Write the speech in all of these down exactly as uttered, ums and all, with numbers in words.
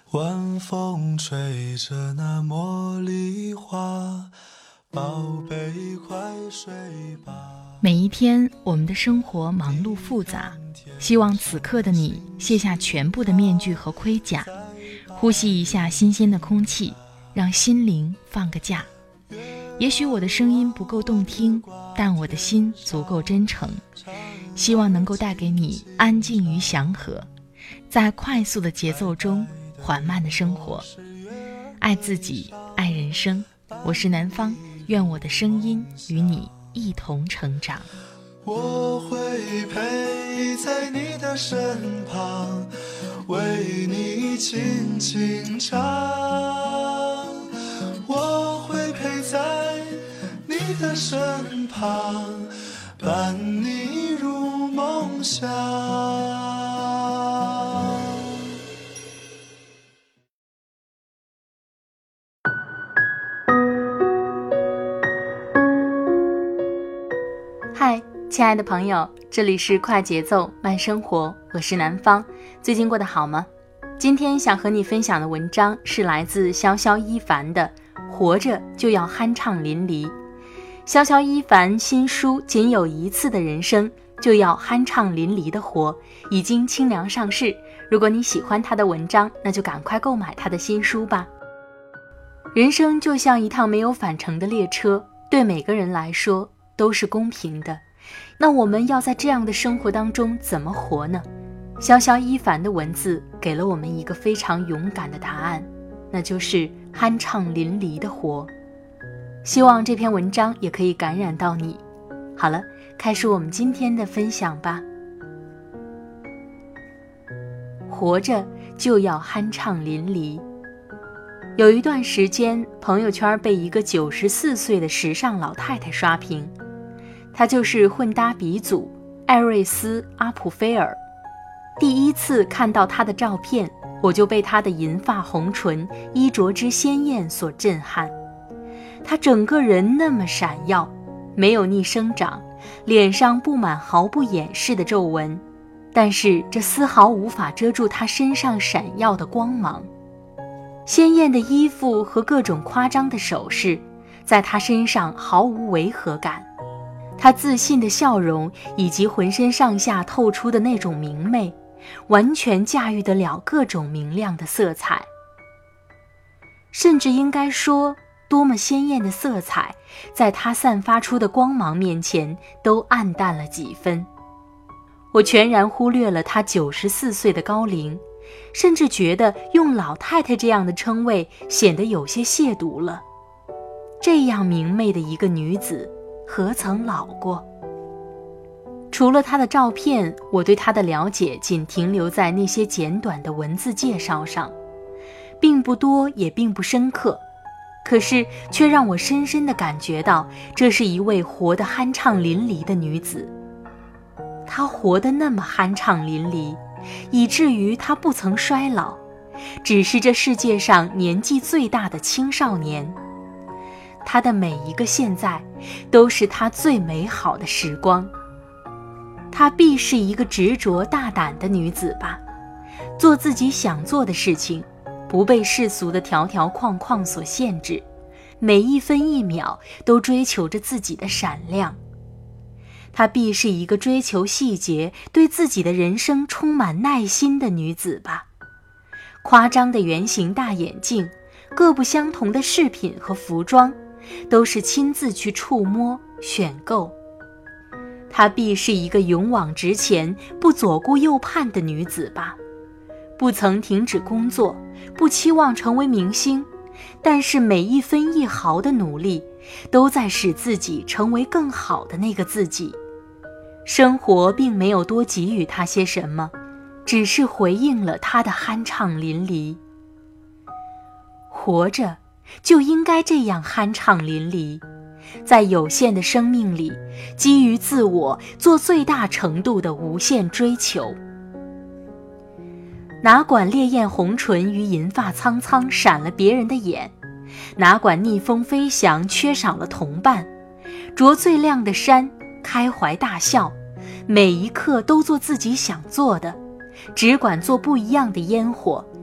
晚风吹着那茉莉花，宝贝快睡吧。 每一天我们的生活忙碌复杂，希望此刻的你卸下全部的面具和盔甲，呼吸一下新鲜的空气，让心灵放个假。也许我的声音不够动听，但我的心足够真诚，希望能够带给你安静与祥和，在快速的节奏中缓慢的生活。爱自己，爱人生。我是南方，愿我的声音与你一同成长。 我会陪在你的身旁，为你轻轻唱。我会陪在你的身旁，伴你入梦乡。 嗨，亲爱的朋友，这里是快节奏慢生活，我是南方。最近过得好吗？今天想和你分享的文章是来自潇潇一凡的活着就要酣畅淋漓。潇潇一凡新书仅有一次的人生就要酣畅淋漓的活已经清凉上市，如果你喜欢他的文章，那就赶快购买他的新书吧。人生就像一趟没有返程的列车，对每个人来说都是公平的，那我们要在这样的生活当中怎么活呢？潇潇一凡的文字给了我们一个非常勇敢的答案，那就是酣畅淋漓的活。希望这篇文章也可以感染到你。好了，开始我们今天的分享吧。活着就要酣畅淋漓。有一段时间，朋友圈被一个九十四岁的时尚老太太刷屏，她就是混搭鼻祖艾瑞斯·阿普菲尔。第一次看到她的照片，我就被她的银发红唇、衣着之鲜艳所震撼。她整个人那么闪耀，没有逆生长，脸上布满毫不掩饰的皱纹，但是这丝毫无法遮住她身上闪耀的光芒。鲜艳的衣服和各种夸张的首饰，在她身上毫无违和感。她自信的笑容以及浑身上下透出的那种明媚，完全驾驭得了各种明亮的色彩。甚至应该说，多么鲜艳的色彩，在她散发出的光芒面前都暗淡了几分。我全然忽略了她九十四岁的高龄，甚至觉得用老太太这样的称谓显得有些亵渎了。这样明媚的一个女子，何曾老过？除了她的照片，我对她的了解仅停留在那些简短的文字介绍上，并不多也并不深刻，可是却让我深深地感觉到，这是一位活得酣畅淋漓的女子。她活得那么酣畅淋漓，以至于她不曾衰老，只是这世界上年纪最大的青少年。她的每一个现在，都是她最美好的时光。她必是一个执着大胆的女子吧，做自己想做的事情，不被世俗的条条框框所限制，每一分一秒都追求着自己的闪亮。她必是一个追求细节，对自己的人生充满耐心的女子吧。夸张的圆形大眼镜，各不相同的饰品和服装，都是亲自去触摸选购。她必是一个勇往直前，不左顾右盼的女子吧。不曾停止工作，不期望成为明星，但是每一分一毫的努力，都在使自己成为更好的那个自己。生活并没有多给予她些什么，只是回应了她的酣畅淋漓。活着就应该这样酣畅淋漓，在有限的生命里，基于自我做最大程度的无限追求。哪管烈焰红唇与银发苍苍闪了别人的眼，哪管逆风飞翔缺少了同伴，着最亮的衫，开怀大笑，每一刻都做自己想做的，只管做不一样的烟火，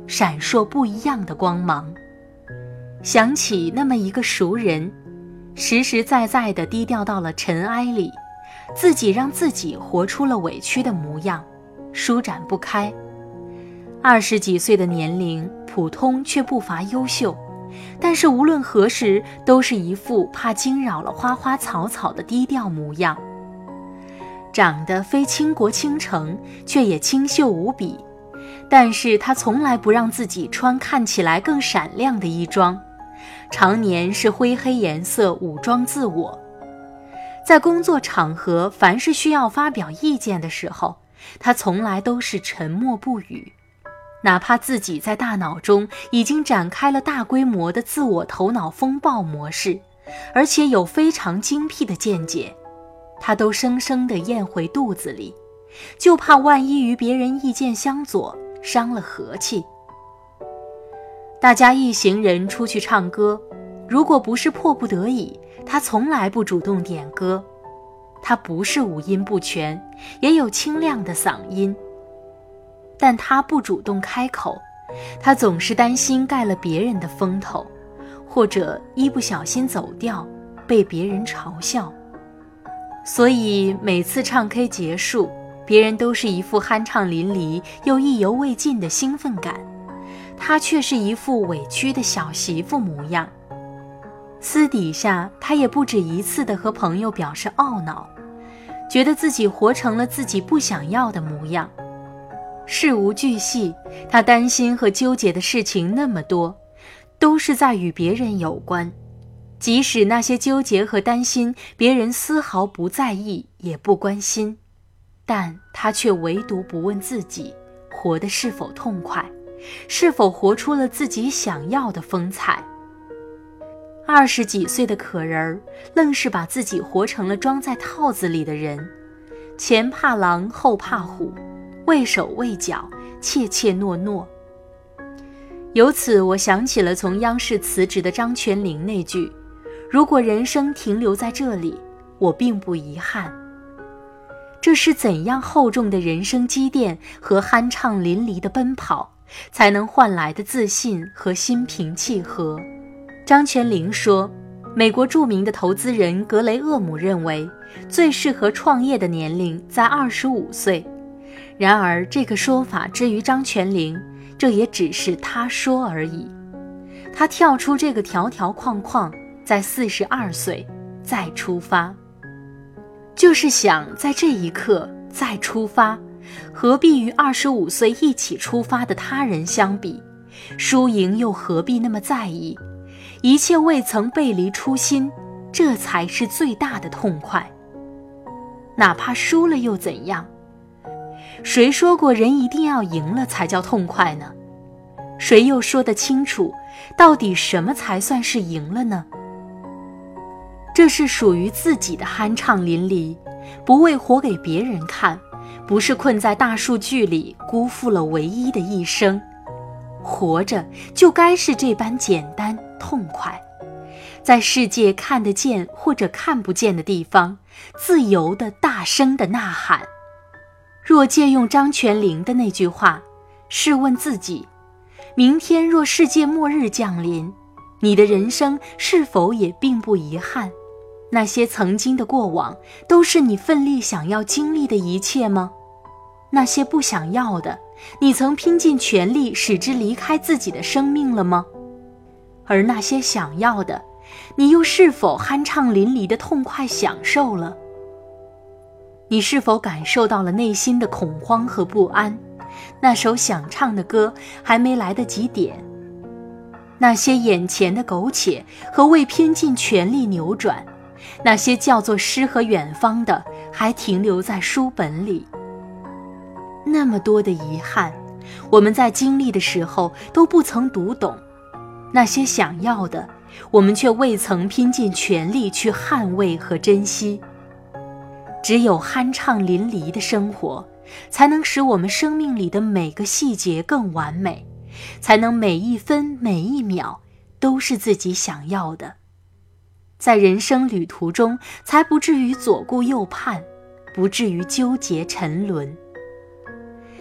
闪烁不一样的光芒。想起那么一个熟人，实实在在地低调到了尘埃里，自己让自己活出了委屈的模样，舒展不开。二十几岁的年龄，普通却不乏优秀，但是无论何时都是一副怕惊扰了花花草草的低调模样。长得非倾国倾城，却也清秀无比，但是他从来不让自己穿看起来更闪亮的衣装，常年是灰黑颜色武装自我。在工作场合，凡是需要发表意见的时候，他从来都是沉默不语，哪怕自己在大脑中已经展开了大规模的自我头脑风暴模式，而且有非常精辟的见解，他都生生地咽回肚子里，就怕万一与别人意见相左，伤了和气。大家一行人出去唱歌，如果不是迫不得已，他从来不主动点歌。他不是五音不全，也有清亮的嗓音，但他不主动开口，他总是担心盖了别人的风头，或者一不小心走调，被别人嘲笑。所以每次唱 K 结束，别人都是一副酣畅淋漓又意犹未尽的兴奋感，他却是一副委屈的小媳妇模样。私底下，他也不止一次地和朋友表示懊恼，觉得自己活成了自己不想要的模样。事无巨细，他担心和纠结的事情那么多，都是在与别人有关。即使那些纠结和担心别人丝毫不在意也不关心，但他却唯独不问自己活得是否痛快，是否活出了自己想要的风采。二十几岁的可人儿，愣是把自己活成了装在套子里的人，前怕狼后怕虎，畏手畏脚，怯怯懦懦。由此我想起了从央视辞职的张泉灵那句，如果人生停留在这里，我并不遗憾。这是怎样厚重的人生积淀和酣畅淋漓的奔跑，才能换来的自信和心平气和。张泉灵说，美国著名的投资人格雷厄姆认为，最适合创业的年龄在二十五岁。然而这个说法至于张泉灵，这也只是他说而已。他跳出这个条条框框，在四十二岁再出发，就是想在这一刻再出发，何必与二十五岁一起出发的他人相比？输赢又何必那么在意？一切未曾背离初心，这才是最大的痛快。哪怕输了又怎样？谁说过人一定要赢了才叫痛快呢？谁又说得清楚，到底什么才算是赢了呢？这是属于自己的酣畅淋漓，不为活给别人看，不是困在大数据里辜负了唯一的一生。活着就该是这般简单痛快，在世界看得见或者看不见的地方，自由的大声的呐喊。若借用张泉灵的那句话，试问自己，明天若世界末日降临，你的人生是否也并不遗憾？那些曾经的过往，都是你奋力想要经历的一切吗？那些不想要的，你曾拼尽全力使之离开自己的生命了吗？而那些想要的，你又是否酣畅淋漓的痛快享受了？你是否感受到了内心的恐慌和不安？那首想唱的歌还没来得及点，那些眼前的苟且和未拼尽全力扭转，那些叫做诗和远方的，还停留在书本里。那么多的遗憾，我们在经历的时候都不曾读懂，那些想要的，我们却未曾拼尽全力去捍卫和珍惜。只有酣畅淋漓的生活，才能使我们生命里的每个细节更完美，才能每一分每一秒都是自己想要的。在人生旅途中，才不至于左顾右盼，不至于纠结沉沦。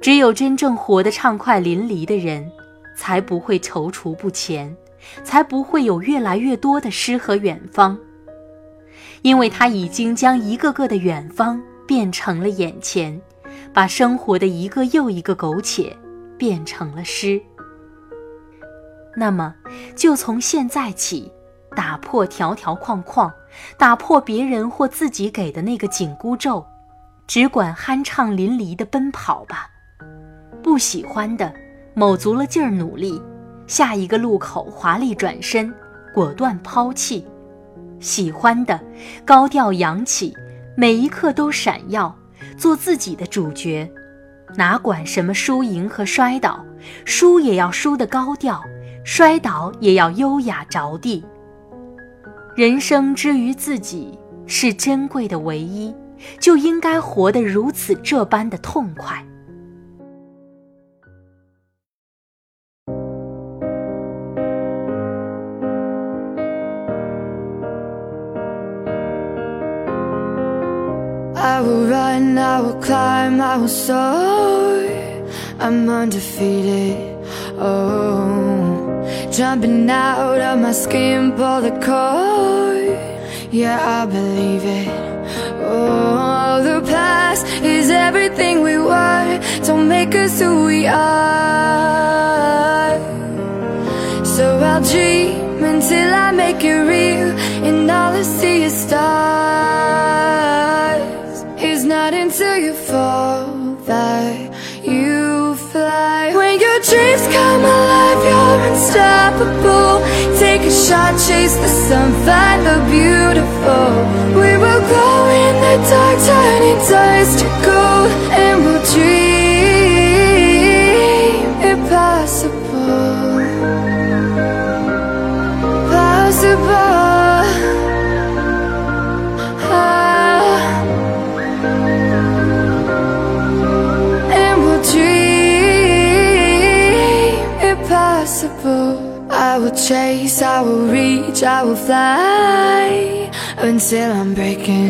只有真正活得畅快淋漓的人，才不会踌躇不前，才不会有越来越多的诗和远方。因为他已经将一个个的远方变成了眼前，把生活的一个又一个苟且变成了诗。那么就从现在起，打破条条框框，打破别人或自己给的那个紧箍咒，只管酣畅淋漓地奔跑吧。不喜欢的，卯足了劲儿努力，下一个路口华丽转身，果断抛弃。喜欢的，高调扬起，每一刻都闪耀，做自己的主角。哪管什么输赢和摔倒，输也要输得高调，摔倒也要优雅着地。人生之于自己是珍贵的唯一，就应该活得如此这般的痛快。 I will run, I will climb, I will soar. I'm undefeated. Oh, jumping out of my skin, pull the cord. Yeah, I believe it. Oh, the past is everything we were. Don't make us who we are. So I'll dream until I make it real, and all I see is stars. It's not until you fall that you fly. When your dreams come alive, you're unstoppable. Take a shot, chase the sun, find the beautiful. We will glow in the dark, turning dust to gold. And we'll dream impossible. Possible. Ah. And we'll dream impossible. I will chase, I will reach, I will fly until I'm breaking,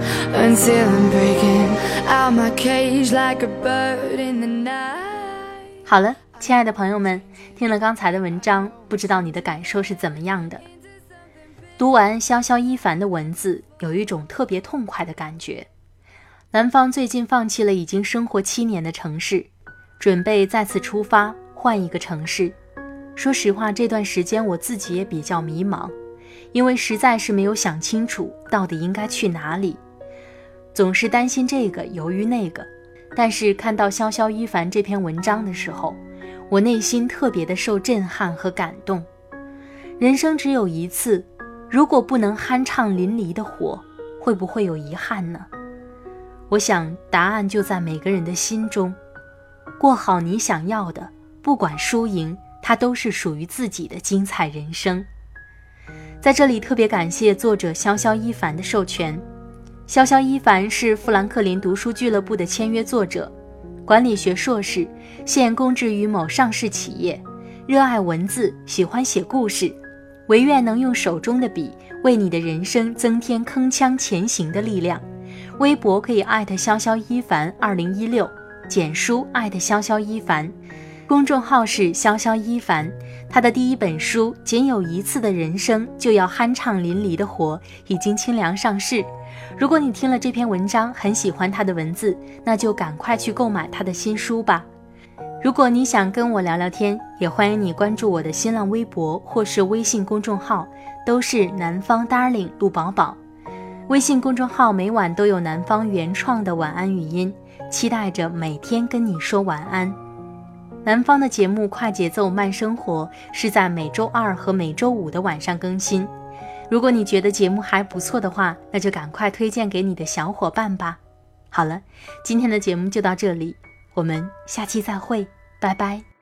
until I'm breaking out my cage like a bird in the night. 好了，亲爱的朋友们，听了刚才的文章，不知道你的感受是怎么样的？读完潇潇一凡的文字，有一种特别痛快的感觉。南方最近放弃了已经生活七年的城市，准备再次出发，换一个城市。说实话，这段时间我自己也比较迷茫，因为实在是没有想清楚到底应该去哪里，总是担心这个犹豫那个。但是看到潇潇一凡这篇文章的时候，我内心特别的受震撼和感动。人生只有一次，如果不能酣畅淋漓的活，会不会有遗憾呢？我想答案就在每个人的心中。过好你想要的，不管输赢，它都是属于自己的精彩人生。在这里特别感谢作者潇潇一凡的授权。潇潇一凡是富兰克林读书俱乐部的签约作者，管理学硕士，现供职于某上市企业，热爱文字，喜欢写故事，唯愿能用手中的笔为你的人生增添铿锵前行的力量。微博可以艾特潇潇一凡二零一六，简书艾特潇潇一凡，公众号是潇潇一凡。他的第一本书《仅有一次的人生就要酣畅淋漓的活》已经清凉上市。如果你听了这篇文章很喜欢他的文字，那就赶快去购买他的新书吧。如果你想跟我聊聊天，也欢迎你关注我的新浪微博或是微信公众号，都是南方 Darling 陆宝宝。微信公众号每晚都有南方原创的晚安语音，期待着每天跟你说晚安。南方的节目快节奏慢生活是在每周二和每周五的晚上更新。如果你觉得节目还不错的话，那就赶快推荐给你的小伙伴吧。好了，今天的节目就到这里，我们下期再会，拜拜。